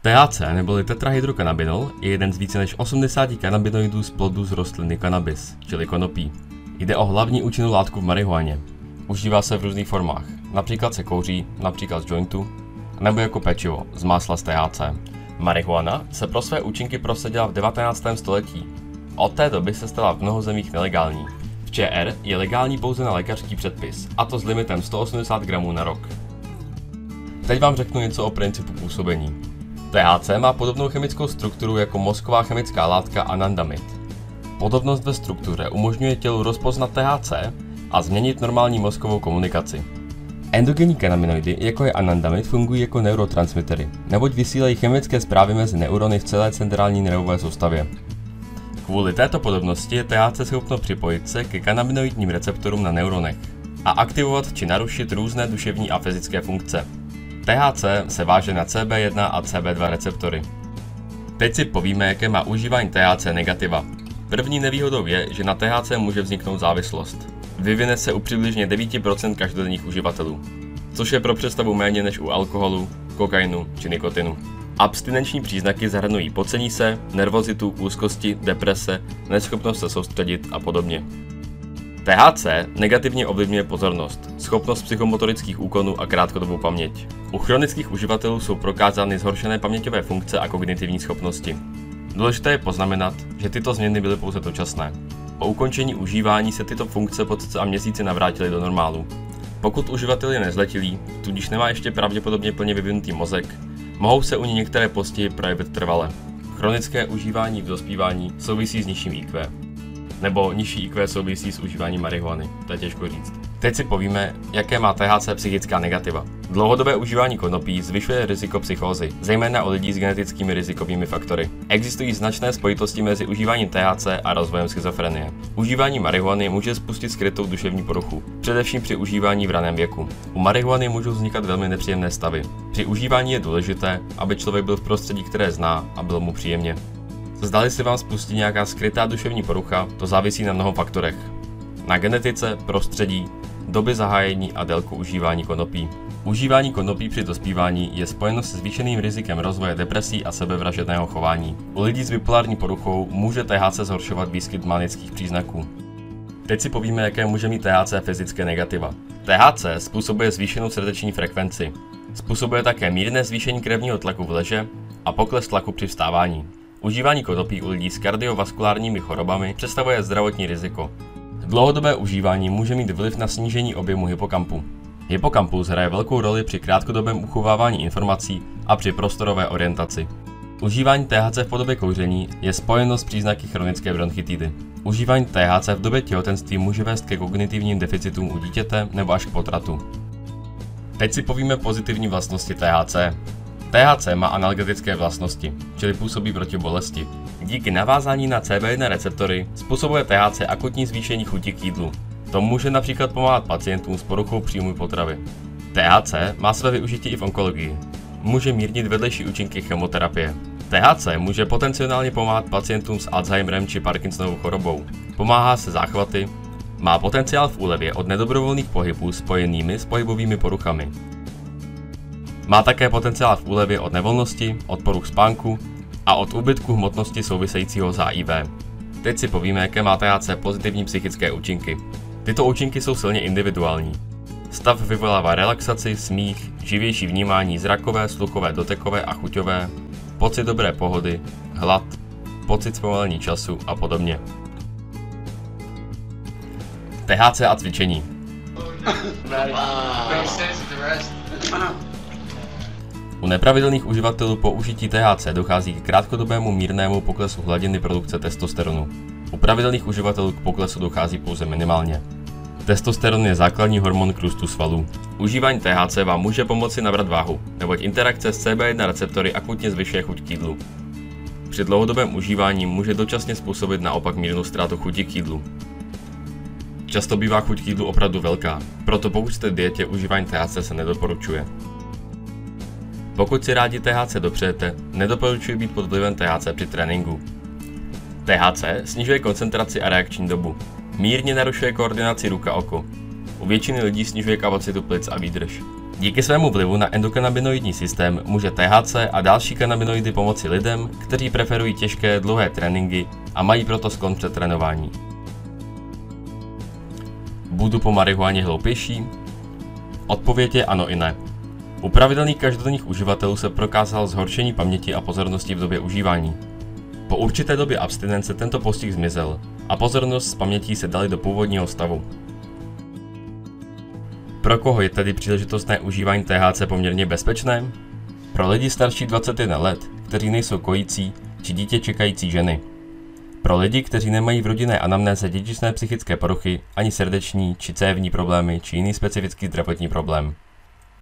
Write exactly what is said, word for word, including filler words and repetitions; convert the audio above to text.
T H C neboli tetrahydrokanabinol je jeden z více než osmdesáti kanabinoidů z plodů z rostliny cannabis, čili konopí. Jde o hlavní účinnou látku v marihuaně. Užívá se v různých formách, například se kouří, například z jointu, nebo jako pečivo, z másla z T H C. Marihuana se pro své účinky prosadila v devatenáctém století. Od té doby se stala v mnoho zemích nelegální. V Č R je legální pouze na lékařský předpis, a to s limitem sto osmdesát gramů na rok. Teď vám řeknu něco o principu působení. T H C má podobnou chemickou strukturu jako mozková chemická látka anandamid. Podobnost ve struktuře umožňuje tělu rozpoznat T H C a změnit normální mozkovou komunikaci. Endogenní kanabinoidy, jako je anandamid, fungují jako neurotransmitery, neboť vysílají chemické zprávy mezi neurony v celé centrální nervové soustavě. Kvůli této podobnosti je T H C schopno připojit se ke kanabinoidním receptorům na neuronech a aktivovat či narušit různé duševní a fyzické funkce. T H C se váže na C B jedna a C B dva receptory. Teď si povíme, jaké má užívání T H C negativa. První nevýhodou je, že na T H C může vzniknout závislost. Vyvine se u přibližně devět procent každodenních uživatelů, což je pro představu méně než u alkoholu, kokainu či nikotinu. Abstinenční příznaky zahrnují pocení se, nervozitu, úzkosti, deprese, neschopnost se soustředit a podobně. T H C negativně ovlivňuje pozornost, schopnost psychomotorických úkonů a krátkodobou paměť. U chronických uživatelů jsou prokázány zhoršené paměťové funkce a kognitivní schopnosti. Důležité je poznamenat, že tyto změny byly pouze dočasné. Po ukončení užívání se tyto funkce po cca měsíci navrátily do normálu. Pokud uživatel je nezletilý, tudíž nemá ještě pravděpodobně plně vyvinutý mozek, mohou se u ní některé postihy projevit trvale. Chronické užívání v dospívání souvisí s nižším I Q. Nebo nižší I Q souvisí s užíváním marihuany, to je těžko říct. Teď si povíme, jaké má T H C psychická negativa. Dlouhodobé užívání konopí zvyšuje riziko psychózy, zejména u lidí s genetickými rizikovými faktory. Existují značné spojitosti mezi užíváním T H C a rozvojem schizofrenie. Užívání marihuany může spustit skrytou duševní poruchu, především při užívání v raném věku. U marihuany můžou vznikat velmi nepříjemné stavy. Při užívání je důležité, aby člověk byl v prostředí, které zná, a bylo mu příjemně. Zdali se vám spustí nějaká skrytá duševní porucha, to závisí na mnoha faktorech. Na genetice, prostředí, doby zahájení a délku užívání konopí. Užívání konopí při dospívání je spojeno se zvýšeným rizikem rozvoje depresí a sebevražedného chování. U lidí s bipolární poruchou může T H C zhoršovat výskyt manických příznaků. Teď si povíme, jaké může mít T H C fyzické negativa. T H C způsobuje zvýšenou srdeční frekvenci. Způsobuje také mírné zvýšení krevního tlaku v leže a pokles tlaku při vstávání. Užívání konopí u lidí s kardiovaskulárními chorobami představuje zdravotní riziko. Dlouhodobé užívání může mít vliv na snížení objemu hypokampu. Hypokampus hraje velkou roli při krátkodobém uchovávání informací a při prostorové orientaci. Užívání T H C v podobě kouření je spojeno s příznaky chronické bronchitidy. Užívání T H C v době těhotenství může vést ke kognitivním deficitům u dítěte nebo až k potratu. Teď si povíme pozitivní vlastnosti T H C. T H C má analgetické vlastnosti, čili působí proti bolesti. Díky navázání na C B jedna receptory způsobuje T H C akutní zvýšení chuti k jídlu. To může například pomáhat pacientům s poruchou příjmu potravy. T H C má své využití i v onkologii. Může mírnit vedlejší účinky chemoterapie. T H C může potenciálně pomáhat pacientům s Alzheimerem či Parkinsonovou chorobou. Pomáhá se záchvaty. Má potenciál v úlevě od nedobrovolných pohybů spojenými s pohybovými poruchami. Má také potenciál v úlevě od nevolnosti, od poruch spánku a od úbytku hmotnosti souvisejícího s H I V. Teď si povíme, jaké má T H C pozitivní psychické účinky. Tyto účinky jsou silně individuální. Stav vyvolává relaxaci, smích, živější vnímání zrakové, sluchové, dotekové a chuťové, pocit dobré pohody, hlad, pocit zpomalení času a podobně. T H C a cvičení. U nepravidelných uživatelů po užití T H C dochází k krátkodobému mírnému poklesu hladiny produkce testosteronu. U pravidelných uživatelů k poklesu dochází pouze minimálně. Testosteron je základní hormon k růstu svalů. Užívání T H C vám může pomoci nabrat váhu, neboť interakce s C B jedna receptory akutně zvyšuje chuť k jídlu. Při dlouhodobém užívání může dočasně způsobit naopak mírnou ztrátu chuti k jídlu. Často bývá chuť k jídlu opravdu velká, proto pokud jste v dietě, užívání T H C se nedoporučuje. Pokud si rádi T H C dopřejete, nedoporučuji být pod vlivem T H C při tréninku. T H C snižuje koncentraci a reakční dobu. Mírně narušuje koordinaci ruka-oko. U většiny lidí snižuje kapacitu plic a výdrž. Díky svému vlivu na endokannabinoidní systém může T H C a další kanabinoidy pomoci lidem, kteří preferují těžké, dlouhé tréninky a mají proto sklon před trénování. Budu po marihuaně hloupější? Odpověď je ano i ne. U pravidelných každodenních uživatelů se prokázalo zhoršení paměti a pozornosti v době užívání. Po určité době abstinence tento postih zmizel a pozornost s pamětí se daly do původního stavu. Pro koho je tedy příležitostné užívání T H C poměrně bezpečné? Pro lidi starší dvacet jedna let, kteří nejsou kojící či dítě čekající ženy. Pro lidi, kteří nemají v rodinné anamnéze dědičné psychické poruchy, ani srdeční či cévní problémy či jiný specifický zdravotní problém.